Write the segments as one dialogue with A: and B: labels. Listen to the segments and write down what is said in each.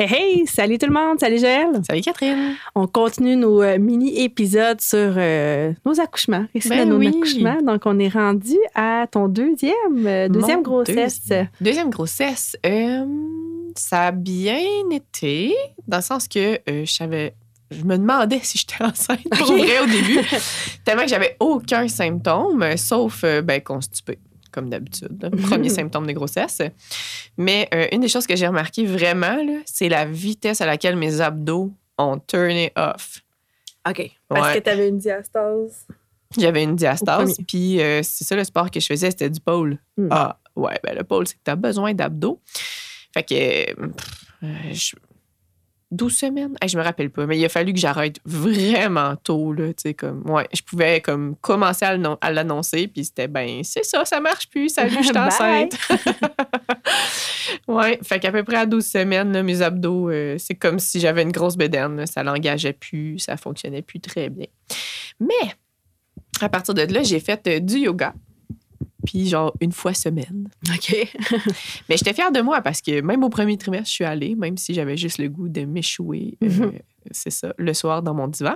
A: Hey, hey! Salut tout le monde! Salut Joël!
B: Salut Catherine!
A: On continue nos mini-épisodes sur nos accouchements, nos accouchements. Donc, on est rendu à ton deuxième grossesse.
B: Deuxième grossesse. Ça a bien été, dans le sens que je me demandais si j'étais enceinte pour vrai au début, tellement que j'avais aucun symptôme, sauf constipée, comme d'habitude. Premier symptôme de grossesse. Mais une des choses que j'ai remarqué vraiment, là, c'est la vitesse à laquelle mes abdos ont turné off.
A: OK. Parce que tu avais une diastase.
B: J'avais une diastase, puis c'est ça le sport que je faisais, c'était du pole. Ah, ouais, le pole, c'est que tu as besoin d'abdos. Fait que 12 semaines, je me rappelle pas, mais il a fallu que j'arrête vraiment tôt, là, tu sais, comme, ouais, je pouvais comme commencer à l'annoncer, puis c'était, c'est ça marche plus, salut, je suis enceinte. Ouais, fait qu'à peu près à 12 semaines, là, mes abdos, c'est comme si j'avais une grosse bédaine, là, ça l'engageait plus, ça fonctionnait plus très bien. Mais, à partir de là, j'ai fait du yoga. Puis genre une fois semaine.
A: OK.
B: Mais j'étais fière de moi parce que même au premier trimestre, je suis allée, même si j'avais juste le goût de m'échouer, c'est ça, le soir dans mon divan.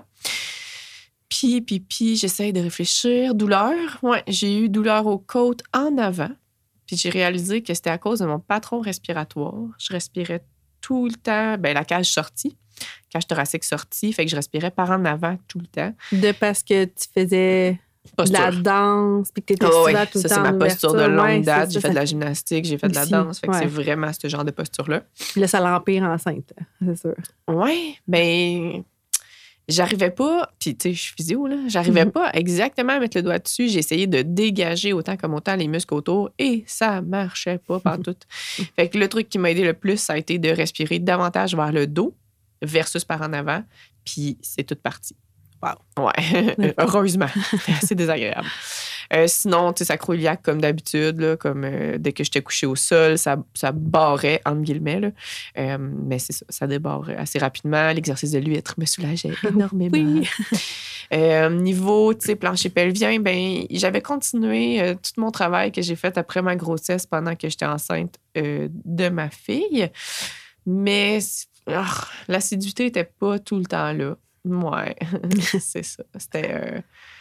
B: Puis j'essaie de réfléchir. Douleur. Ouais, j'ai eu douleur aux côtes en avant. Puis j'ai réalisé que c'était à cause de mon patron respiratoire. Je respirais tout le temps, la cage sortie, cage thoracique sortie, fait que je respirais par en avant tout le temps.
A: Parce que tu faisais...
B: Posture.
A: De la danse, puis que t'étais souvent tout le temps.
B: Ça, c'est ma posture de longue date. J'ai fait de la
A: fait...
B: gymnastique, j'ai fait de la danse. Fait que c'est vraiment ce genre de posture-là.
A: Puis là, ça l'empire enceinte, c'est sûr.
B: Oui, mais j'arrivais pas, puis tu sais, je suis physio, là, j'arrivais pas exactement à mettre le doigt dessus. J'ai essayé de dégager autant les muscles autour et ça marchait pas partout. Fait que le truc qui m'a aidé le plus, ça a été de respirer davantage vers le dos versus par en avant, puis c'est toute partie. Wow. Ouais, heureusement. C'était assez désagréable. Sinon, tu sais, ça crouillac comme d'habitude, là, comme dès que j'étais couchée au sol, ça barrait, entre guillemets. Là. Mais c'est ça, ça débarre assez rapidement. L'exercice de l'huître me soulageait énormément. Oui. Niveau, tu sais, plancher pelvien, j'avais continué tout mon travail que j'ai fait après ma grossesse pendant que j'étais enceinte de ma fille. Mais l'assiduité n'était pas tout le temps là. Ouais, c'est ça. C'était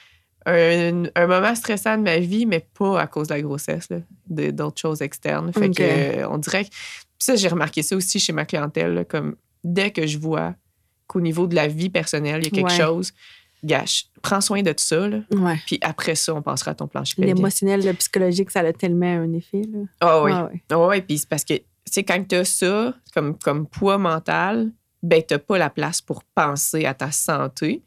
B: un moment stressant de ma vie, mais pas à cause de la grossesse, là, d'autres choses externes. Fait que on dirait que... Puis ça, j'ai remarqué ça aussi chez ma clientèle, là, comme dès que je vois qu'au niveau de la vie personnelle, il y a quelque chose, gâche, prends soin de tout ça, là, puis après ça, on passera à ton plancher pelvien.
A: L'émotionnel, le psychologique, ça a tellement un effet. Là.
B: Ah oui. Ah oui, puis c'est parce que, tu sais, quand tu as ça comme poids mental, t'as pas la place pour penser à ta santé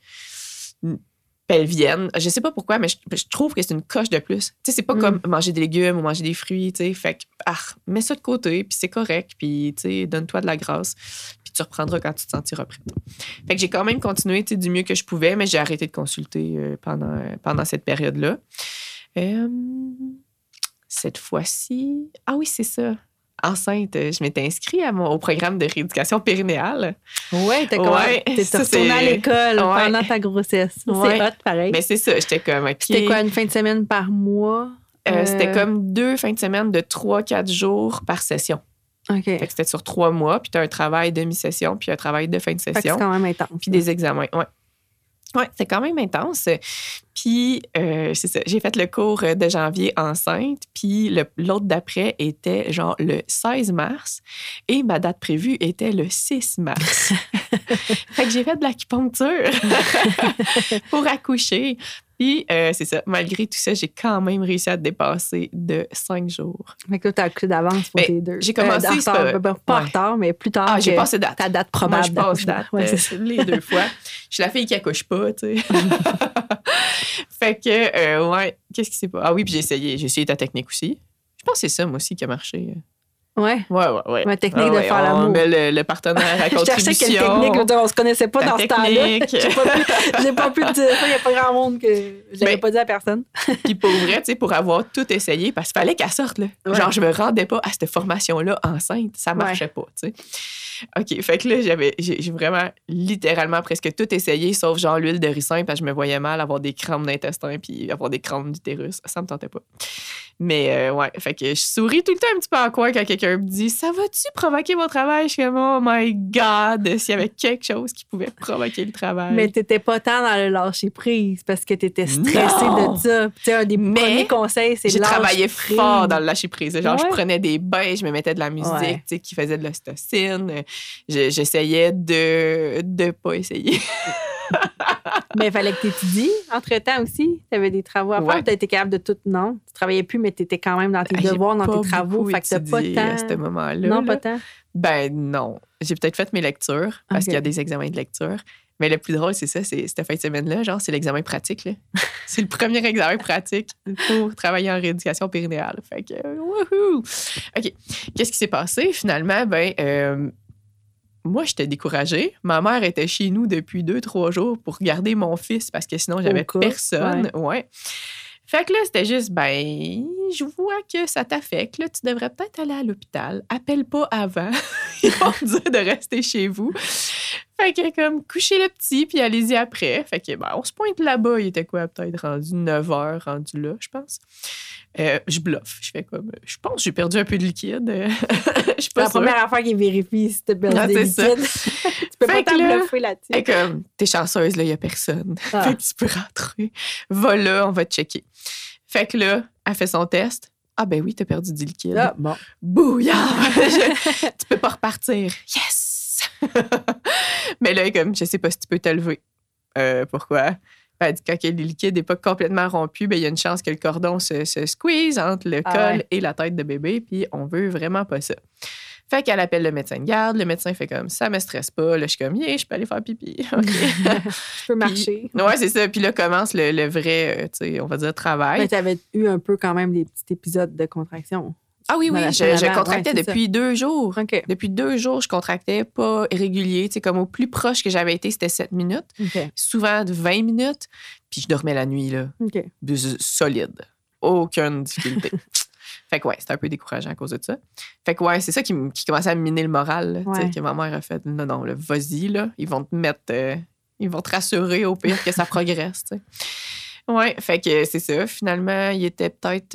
B: pelvienne. Je sais pas pourquoi, mais je trouve que c'est une coche de plus. Tu sais, c'est pas comme manger des légumes ou manger des fruits, tu sais. Fait que, mets ça de côté, puis c'est correct, puis, tu sais, donne-toi de la grâce, puis tu reprendras quand tu te sentiras prête. Fait que j'ai quand même continué, tu sais, du mieux que je pouvais, mais j'ai arrêté de consulter pendant cette période-là. Cette fois-ci... Ah oui, c'est ça. Enceinte, je m'étais inscrite au programme de rééducation périnéale.
A: Oui, t'es retournée à l'école pendant ta grossesse. C'est hot, pareil.
B: Mais c'est ça, j'étais comme... Okay.
A: C'était quoi, une fin de semaine par mois?
B: C'était comme 2 fins de semaine de 3-4 jours par session.
A: OK.
B: Fait que c'était sur 3 mois, puis t'as un travail de mi-session, puis un travail de fin de session.
A: Fait que c'est quand même intense.
B: Puis des examens, Oui, c'est quand même intense. Puis, c'est ça, j'ai fait le cours de janvier enceinte, puis l'autre d'après était genre le 16 mars et ma date prévue était le 6 mars. Fait que j'ai fait de l'acupuncture pour accoucher. Puis, c'est ça, malgré tout ça, j'ai quand même réussi à te dépasser de 5 jours.
A: Fait que là, t'as accouché d'avance pour tes deux.
B: J'ai commencé...
A: pas en retard, mais plus tard
B: j'ai passé date.
A: Ta date probable.
B: Moi, je passe date les 2 fois. Je suis la fille qui accouche pas, tu sais. Fait que, qu'est-ce qui s'est passé? Ah oui, puis j'ai essayé ta technique aussi. Je pense que c'est ça, moi aussi, qui a marché.
A: Ouais.
B: Ouais.
A: Ma technique de faire l'amour.
B: On met le partenaire à contribution.
A: Je cherchais quelle technique, on se connaissait pas dans ce temps-là. J'ai pas pu te dire ça, il n'y a pas grand monde que je l'avais pas dit à personne.
B: Puis pour vrai, tu sais, pour avoir tout essayé, parce qu'il fallait qu'elle sorte, là. Ouais. Genre, je me rendais pas à cette formation-là enceinte. Ça marchait pas, tu sais. OK, fait que là, j'ai vraiment littéralement presque tout essayé, sauf genre l'huile de ricin, parce que je me voyais mal avoir des crampes d'intestin puis avoir des crampes d'utérus. Ça me tentait pas. Mais fait que je souris tout le temps un petit peu en coin quand quelqu'un manager me dit « Ça va-tu provoquer mon travail? » Je suis comme « Oh my God! » S'il y avait quelque chose qui pouvait provoquer le travail.
A: Mais t'étais pas tant dans le lâcher-prise parce que t'étais stressée de ça. Tu sais, un des premiers conseils, c'est
B: j'ai travaillé fort dans le lâcher-prise. Genre,
A: Ouais.
B: je prenais des bains, je me mettais de la musique, tu sais, qui faisait de l'ocytocine. J'essayais de pas essayer.
A: Mais il fallait que tu étudies entre-temps aussi. Tu avais des travaux à faire.
B: Ouais.
A: Tu étais capable de tout. Non, tu travaillais plus, mais tu étais quand même dans tes devoirs, dans tes travaux.
B: Fait
A: que t'as pas de temps.
B: à ce moment-là.
A: Non,
B: là.
A: pas tant.
B: Ben non. J'ai peut-être fait mes lectures parce
A: Ok.
B: qu'il y a des examens de lecture. Mais le plus drôle, c'est ça, c'est cette fin de semaine-là, genre, c'est l'examen pratique. Là. C'est le premier examen pratique pour travailler en rééducation périnéale. Fait que, wouhou! OK. Qu'est-ce qui s'est passé? Finalement, moi, j'étais découragée. Ma mère était chez nous depuis 2-3 jours pour garder mon fils parce que sinon, j'avais personne. Ouais. Fait que là, c'était juste, je vois que ça t'affecte. Là, tu devrais peut-être aller à l'hôpital. Appelle pas avant. Ils vont te dire de rester chez vous. Fait que comme, couchez le petit, puis allez-y après. Fait que, on se pointe là-bas. Il était quoi, peut-être rendu 9 heures, rendu là, je pense. Je bluffe. Je fais comme, je pense que j'ai perdu un peu de liquide. Je suis pas
A: la première affaire qu'ils vérifient si t'as perdu des liquides. Tu peux pas t'en bluffer là-dessus.
B: Fait comme, t'es chanceuse, là, il y a personne.
A: Ah.
B: Fait que tu peux rentrer. Va là, on va te checker. Fait que là, elle fait son test. Ah ben oui, t'as perdu du liquide.
A: Ah, bon.
B: Bouillard! Tu peux pas repartir. Yes! Mais là, comme, je sais pas si tu peux te lever. Pourquoi? Elle dit, quand le liquide n'est pas complètement rompu, il y a une chance que le cordon se squeeze entre le col et la tête de bébé, puis on veut vraiment pas ça. Fait qu'elle appelle le médecin de garde. Le médecin fait comme, ça me stresse pas. Là, je suis comme, je peux aller faire pipi. Okay.
A: Je peux marcher.
B: Ouais, c'est ça. Puis là commence le vrai, on va dire, travail.
A: Mais tu avais eu un peu quand même des petits épisodes de contraction.
B: Ah oui, je contractais depuis
A: ça.
B: 2 jours.
A: OK.
B: Depuis 2 jours, je contractais pas régulier. Comme au plus proche que j'avais été, c'était 7 minutes.
A: OK.
B: Souvent de 20 minutes. Puis je dormais la nuit, là.
A: OK.
B: Solide. Aucune difficulté. Fait que c'était un peu décourageant à cause de ça. Fait que c'est ça qui commençait à me miner le moral. Là, que ma mère a fait, non, là, vas-y, là, ils vont te mettre... ils vont te rassurer au pire que ça progresse, tu sais. Ouais, fait que c'est ça. Finalement, il était peut-être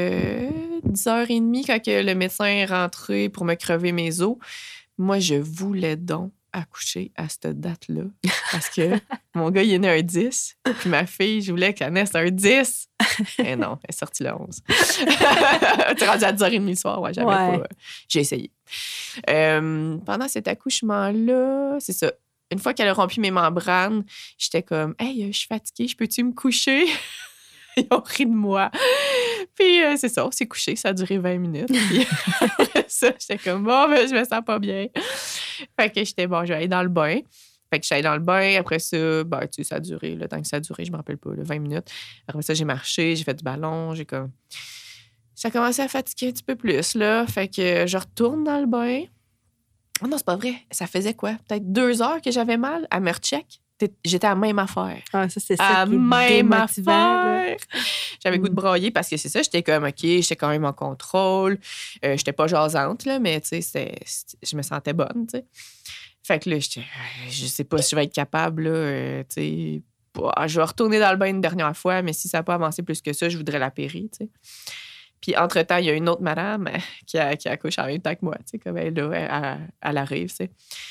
B: 10h30 quand que le médecin est rentré pour me crever mes os. Moi, je voulais donc accoucher à cette date-là parce que mon gars, il est né un 10, puis ma fille, je voulais qu'elle naisse un 10. Et non, elle est sortie le 11. T'es rendu à 10h30 le soir, j'avais pas... J'ai essayé. Pendant cet accouchement-là, c'est ça. Une fois qu'elle a rompu mes membranes, j'étais comme « Hey, je suis fatiguée, peux-tu me coucher? » Ils ont ri de moi. Puis c'est ça, on s'est couché, ça a duré 20 minutes. Puis ça, j'étais comme « Bon, je me sens pas bien. » Fait que j'étais je vais aller dans le bain. Fait que je suis allée dans le bain. Après ça, ça a duré, le temps que ça a duré, je me rappelle pas, 20 minutes. Après ça, j'ai marché, j'ai fait du ballon, ça a commencé à fatiguer un petit peu plus, là. Fait que je retourne dans le bain. Oh non, c'est pas vrai. Ça faisait quoi? Peut-être 2 heures que j'avais mal. Elle me recheck. J'étais à même affaire.
A: Ah, ça, c'est ça qui est
B: même
A: démotivant,
B: affaire. J'avais le goût de brailler parce que c'est ça. J'étais comme, OK, j'étais quand même en contrôle. J'étais pas jasante, là, mais tu sais, je me sentais bonne, tu sais. Fait que là, je sais pas si je vais être capable, là, tu sais. Je vais retourner dans le bain une dernière fois, mais si ça n'a pas avancé plus que ça, je voudrais la périr, tu sais. Puis, entre-temps, il y a une autre madame qui accouche en même temps que moi, tu sais, comme elle, là, elle arrive, tu sais.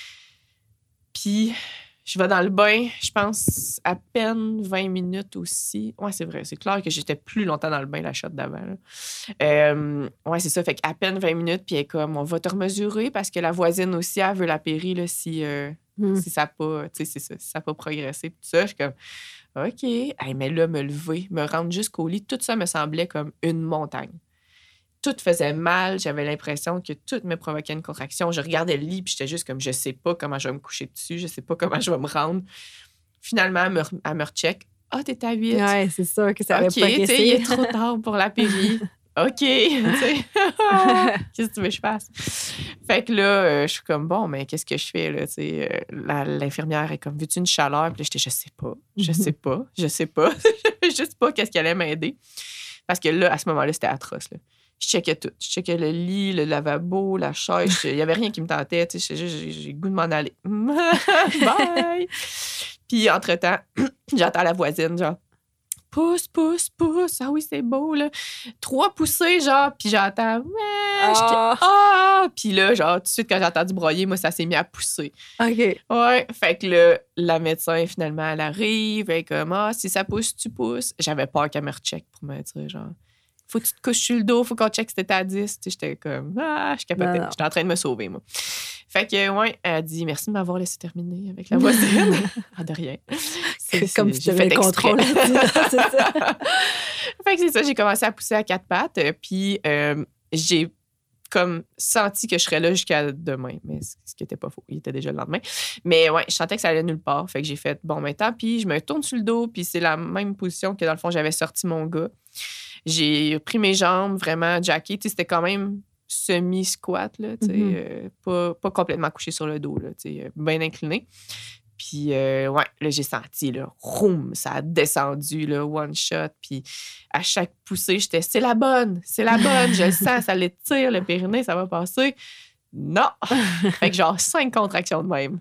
B: Puis, je vais dans le bain, je pense, à peine 20 minutes aussi. Ouais, c'est vrai, c'est clair que j'étais plus longtemps dans le bain la shot d'avant, là. Ouais, c'est ça, fait qu'à peine 20 minutes, puis elle est comme, on va te remesurer parce que la voisine aussi, elle veut la périr, là, si ça n'a pas, tu sais, c'est ça, si ça n'a pas progressé, puis tout ça, je suis comme... OK. Hey, mais là, me lever, me rendre jusqu'au lit, tout ça me semblait comme une montagne. Tout faisait mal. J'avais l'impression que tout me provoquait une contraction. Je regardais le lit, puis j'étais juste comme, je sais pas comment je vais me coucher dessus, je sais pas comment je vais me rendre. Finalement, elle me recheck. Ah, t'es à 8.
A: Ouais, c'est sûr que ça avait
B: OK,
A: progressé.
B: il est trop tard pour la péri. OK, qu'est-ce que tu veux que je fasse? Fait que là, je suis comme, bon, mais qu'est-ce que je fais, là? L'infirmière est comme, veux-tu une chaleur? Puis là, j'étais, je sais pas. Je sais juste pas qu'est-ce qui allait m'aider. Parce que là, à ce moment-là, c'était atroce, là. Je checkais tout. Je checkais le lit, le lavabo, la chaise. Il n'y avait rien qui me tentait. J'ai le goût de m'en aller. Bye! Puis, entre-temps, j'entends la voisine, genre, pousse, pousse, pousse. Ah oui, c'est beau, là. 3 poussées, genre, puis j'entends, puis là, genre, tout de suite, quand j'ai entendu broyer, moi, ça s'est mis à pousser.
A: OK.
B: Ouais, fait que là, la médecin, finalement, elle arrive, elle est comme, si ça pousse, tu pousses. J'avais peur qu'elle me recheck pour me dire, genre, faut que tu te couches sur le dos, faut qu'on check si t'étais à 10. Tu sais, j'étais comme, je capotais. J'étais en train de me sauver, moi. Fait que, ouais, elle a dit, merci de m'avoir laissé terminer avec la voisine. De rien.
A: C'est comme si tu avais le contrôle. C'est ça.
B: Fait que c'est ça, j'ai commencé à pousser à 4 pattes, puis j'ai comme senti que je serais là jusqu'à demain, mais ce qui était pas faux, il était déjà le lendemain. Mais ouais, je sentais que ça allait nulle part, fait que j'ai fait, bon, tant pis, je me tourne sur le dos, puis c'est la même position que dans le fond, j'avais sorti mon gars. J'ai pris mes jambes, vraiment jacké, tu sais, c'était quand même semi-squat, là, tu sais, pas complètement couché sur le dos, là, tu sais, bien incliné. Puis, ouais, là, j'ai senti, là, roum, ça a descendu, là, one shot. Puis, à chaque poussée, j'étais, c'est la bonne, je le sens, ça l'étire, le périnée, ça va passer. Non! Fait que, genre, 5 contractions de même.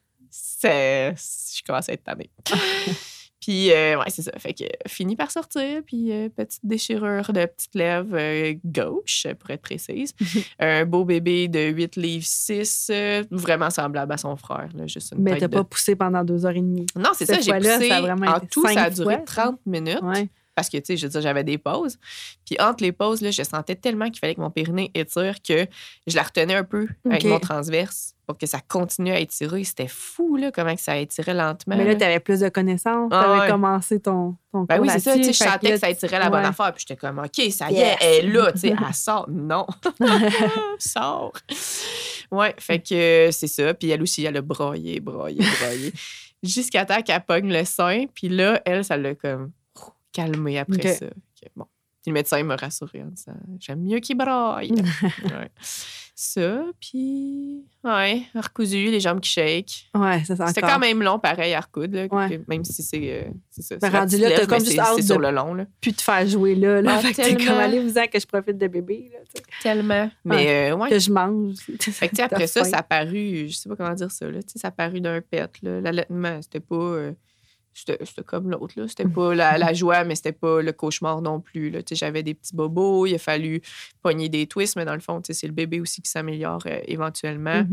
B: Je commence à être tannée. Puis, ouais, c'est ça. Fait que, fini par sortir, puis petite déchirure de petite lèvre gauche, pour être précise. Un beau bébé de 8 livres 6, vraiment semblable à son frère. Là, juste une
A: mais t'as pas poussé pendant 2h30.
B: Non, c'est ça, j'ai poussé. En tout, ça a duré 30 minutes.
A: Ouais.
B: Parce que, tu sais, je veux dire, j'avais des pauses. Puis entre les pauses, là, je sentais tellement qu'il fallait que mon périnée étire que je la retenais un peu avec mon transverse pour que ça continue à étirer. C'était fou, là, comment ça étirait lentement.
A: Mais là, tu avais plus de connaissances. Tu avais commencé ton cours
B: oui, c'est ça. Tu sais, je sentais
A: que
B: ça étirait la bonne affaire. Puis j'étais comme, OK, ça y est, elle est là. Tu sais, elle sort. Non. Sort. Ouais, fait que c'est ça. Puis elle aussi, elle a broyé. Jusqu'à temps qu'elle pogne le sein. Puis là, elle, ça l'a comme calmé après ça. Okay, bon. Puis le médecin m'a rassuré en disant j'aime mieux qu'il braille. Ouais. Ça, puis recousu, les jambes qui shake.
A: Ouais, ça,
B: c'était quand même long, pareil, à recoudre, là, même si c'est ça.
A: Ben, rendu là, t'as comme juste hâte
B: de sur le long, là.
A: Puis te faire jouer là. Fait que t'es comme, allez-vous-en que je profite de bébé, là. T'sais.
B: Tellement. Mais, ouais.
A: Que je mange.
B: Fait que, après ça a paru, je sais pas comment dire ça, là. Ça a paru d'un pet, là. L'allaitement, c'était pas... C'était comme l'autre, là. C'était pas la joie, mais c'était pas le cauchemar non plus, là. J'avais des petits bobos, il a fallu pogner des twists, mais dans le fond, c'est le bébé aussi qui s'améliore éventuellement.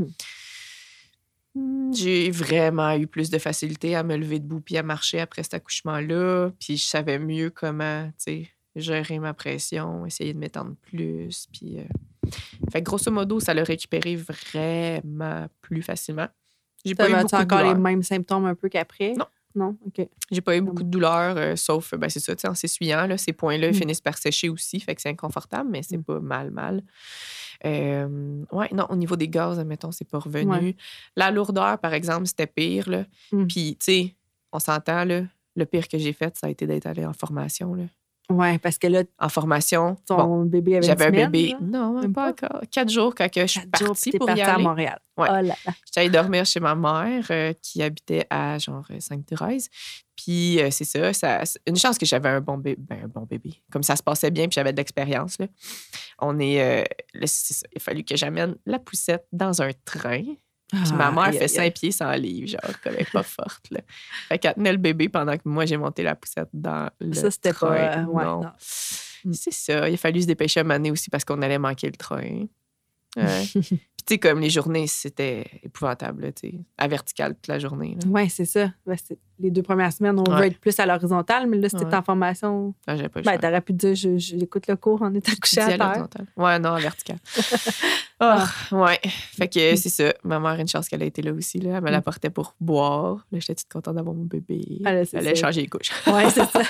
B: J'ai vraiment eu plus de facilité à me lever debout puis à marcher après cet accouchement-là. Puis je savais mieux comment, gérer ma pression, essayer de m'étendre plus. Puis, fait que grosso modo, ça l'a récupéré vraiment plus facilement. J'ai pas eu beaucoup de douleur.
A: Les mêmes symptômes un peu qu'après? Non, OK.
B: J'ai pas eu beaucoup de douleur, sauf, c'est ça, en s'essuyant, là, ces points-là, ils finissent par sécher aussi, fait que c'est inconfortable, mais c'est pas mal. Non, au niveau des gaz, admettons, c'est pas revenu. Ouais. La lourdeur, par exemple, c'était pire, là. Puis, tu sais, on s'entend, là, le pire que j'ai fait, ça a été d'être allée en formation, là.
A: Oui, parce que là,
B: en formation,
A: bébé avait
B: j'avais
A: un
B: bébé.
A: Là?
B: Non, même pas encore. 4 jours quand je suis partie pour y aller.
A: À Montréal.
B: Ouais.
A: Oh là là.
B: J'étais allée dormir chez ma mère qui habitait à genre Sainte-Thérèse. Puis c'est ça, une chance que j'avais un bon bébé. Comme ça se passait bien, puis j'avais de l'expérience. Là. C'est ça, il a fallu que j'amène la poussette dans un train. Puis ma mère fait 5 pieds sans livre, genre, comme elle est pas forte. Là. Fait qu'elle tenait le bébé pendant que moi, j'ai monté la poussette dans le train. Ça, c'était pas... non. C'est ça. Il a fallu se dépêcher à m'amener aussi parce qu'on allait manquer le train. Puis, tu sais, comme les journées, c'était épouvantable, tu sais, à verticale toute la journée.
A: Oui, c'est ça. Les 2 premières semaines, on veut être plus à l'horizontale, mais là, c'était en formation.
B: J'avais pas le choix.
A: T'aurais pu dire, j'écoute le cours en étant couché à terre.
B: Ouais, non, à verticale. Ouais. Fait que c'est ça. Ma mère, une chance qu'elle a été là aussi. Là. Elle me l'apportait pour boire. Là, j'étais toute contente d'avoir mon bébé. Elle allait changer les couches.
A: Ouais, c'est ça.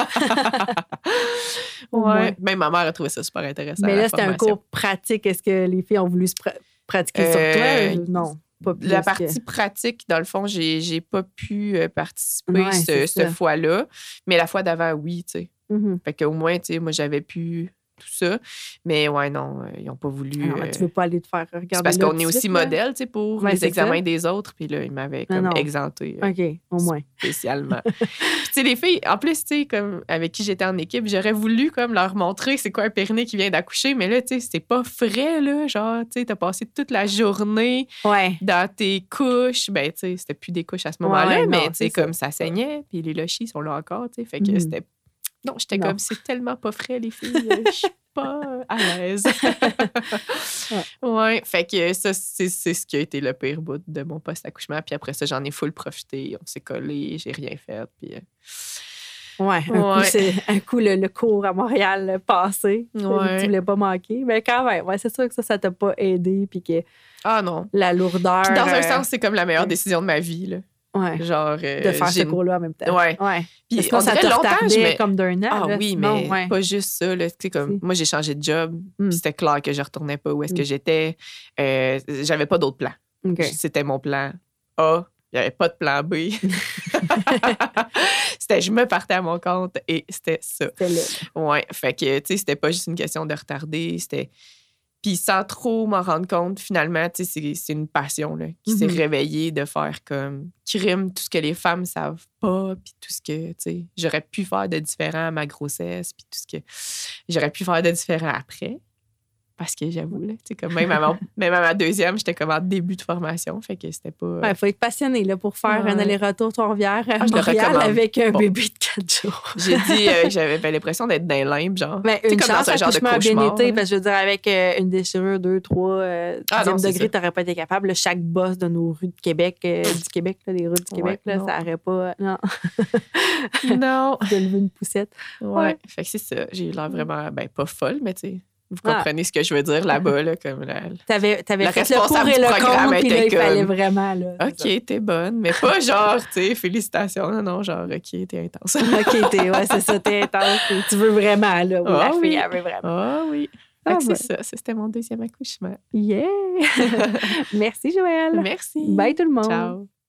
B: Ouais. Même ma mère a trouvé ça super intéressant.
A: Mais là, c'était un cours pratique. Est-ce que les filles ont voulu se pratiquer sur toi? Non. Pas plus
B: la partie pratique, dans le fond, j'ai pas pu participer cette fois-là. Mais la fois d'avant, oui, tu sais. Fait qu'au moins, tu sais, moi, j'avais pu tout ça. Mais ouais, non, ils n'ont pas voulu.
A: Alors, tu veux pas aller te faire regarder.
B: Parce qu'on est aussi modèle, tu sais, pour les examens des autres. Puis là, ils m'avaient comme exempté.
A: OK, au moins.
B: Spécialement. Puis, tu sais, les filles, en plus, tu sais, comme avec qui j'étais en équipe, j'aurais voulu comme leur montrer c'est quoi un périnée qui vient d'accoucher. Mais là, tu sais, c'était pas frais, là. Genre, tu sais, t'as passé toute la journée dans tes couches. Ben, tu sais, c'était plus des couches à ce moment-là. Mais, tu sais, comme ça saignait. Puis les lochis sont là encore, tu sais. Fait que c'était Non, j'étais
A: Non.
B: comme, c'est tellement pas frais, les filles. Je suis pas à l'aise. Ouais, fait que ça, c'est ce qui a été le pire bout de mon post-accouchement. Puis après ça, j'en ai full profité. On s'est collés, j'ai rien fait. Puis...
A: Ouais, un coup, le cours à Montréal passé.
B: Ouais.
A: Tu voulais pas manquer. Mais quand même, ouais, c'est sûr que ça t'a pas aidé. Puis que
B: ah non.
A: la lourdeur.
B: Puis dans un sens, c'est comme la meilleure décision de ma vie, là.
A: Ouais.
B: Genre,
A: de faire ce cours-là en même temps.
B: Ouais.
A: Puis
B: Puis
A: on ça te retardait comme d'un an.
B: Ah
A: là,
B: oui,
A: sinon,
B: mais pas juste ça. Là. Comme, moi, j'ai changé de job. Puis c'était clair que je retournais pas où est-ce que j'étais. J'avais pas d'autre plan.
A: Okay.
B: C'était mon plan A. Il n'y avait pas de plan B. C'était je me partais à mon compte et c'était ça.
A: C'était là.
B: Ouais. Fait que, tu sais, c'était pas juste une question de retarder. C'était... Puis sans trop m'en rendre compte, finalement, tu sais, c'est une passion là, qui s'est réveillée de faire comme crime, tout ce que les femmes savent pas, puis tout ce que, tu sais, j'aurais pu faire de différent à ma grossesse, puis tout ce que j'aurais pu faire de différent après. Parce que j'avoue, là, tu sais, comme même à ma deuxième, j'étais comme en début de formation, fait que c'était pas...
A: Il faut être passionné là, pour faire un aller-retour Trois-Rivières à
B: je
A: Montréal avec un bébé de 4 jours.
B: J'ai dit que j'avais l'impression d'être dans les limbes, genre.
A: Ben, une
B: comme
A: chance,
B: dans un genre de
A: accouchement bien
B: cauchemar.
A: été, parce que je veux dire, avec une déchirure 2, 3, 10e degré, t'aurais pas été capable. Là, chaque boss de nos rues de Québec, du Québec, là, les rues du Québec, là, ça n'aurait pas... Non.
B: Non.
A: De lever une poussette.
B: Ouais. Fait que c'est ça. J'ai l'air vraiment, pas folle, mais tu sais... Vous comprenez ce que je veux dire là-bas, là, comme
A: t'avais fait le pour
B: du
A: et le
B: programme
A: contre, puis là, il
B: comme,
A: fallait vraiment, là.
B: OK, t'es bonne, mais pas genre, tu sais, félicitations, non, genre, OK, t'es intense.
A: OK, c'est ça, t'es intense, tu veux vraiment, là, la fille, elle veut vraiment.
B: Ah oui. C'est ça, c'était mon deuxième accouchement.
A: Yeah! Merci, Joëlle.
B: Merci.
A: Bye tout le monde.
B: Ciao.